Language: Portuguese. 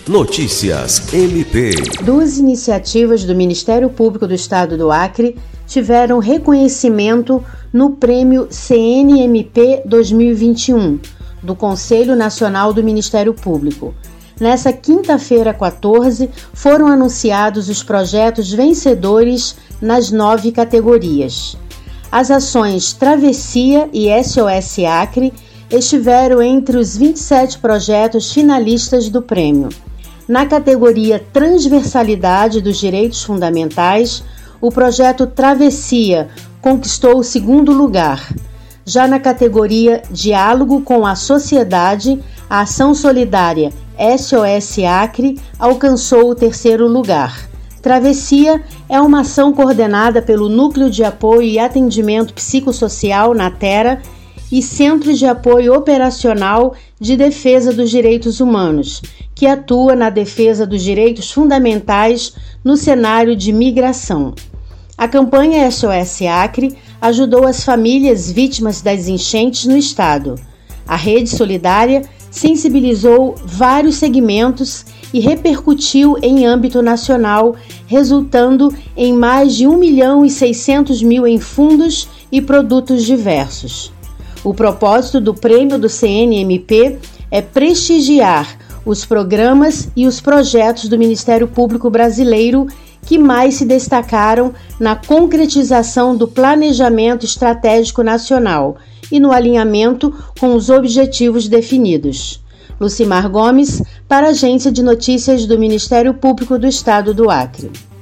Notícias MP. Duas iniciativas do Ministério Público do Estado do Acre tiveram reconhecimento no Prêmio CNMP 2021, do Conselho Nacional do Ministério Público. Nessa quinta-feira, 14, foram anunciados os projetos vencedores nas 9 categorias. As ações Travessia e SOS Acre estiveram entre os 27 projetos finalistas do prêmio. Na categoria Transversalidade dos Direitos Fundamentais, o projeto Travessia conquistou o segundo lugar. Já na categoria Diálogo com a Sociedade, a ação solidária SOS Acre alcançou o terceiro lugar. Travessia é uma ação coordenada pelo Núcleo de Apoio e Atendimento Psicossocial Natera e Centro de Apoio Operacional de Defesa dos Direitos Humanos, que atua na defesa dos direitos fundamentais no cenário de migração. A campanha SOS Acre ajudou as famílias vítimas das enchentes no estado. A rede solidária sensibilizou vários segmentos e repercutiu em âmbito nacional, resultando em mais de 1.600.000 em fundos e produtos diversos. O propósito do prêmio do CNMP é prestigiar os programas e os projetos do Ministério Público Brasileiro que mais se destacaram na concretização do planejamento estratégico nacional e no alinhamento com os objetivos definidos. Lucimar Gomes, para a Agência de Notícias do Ministério Público do Estado do Acre.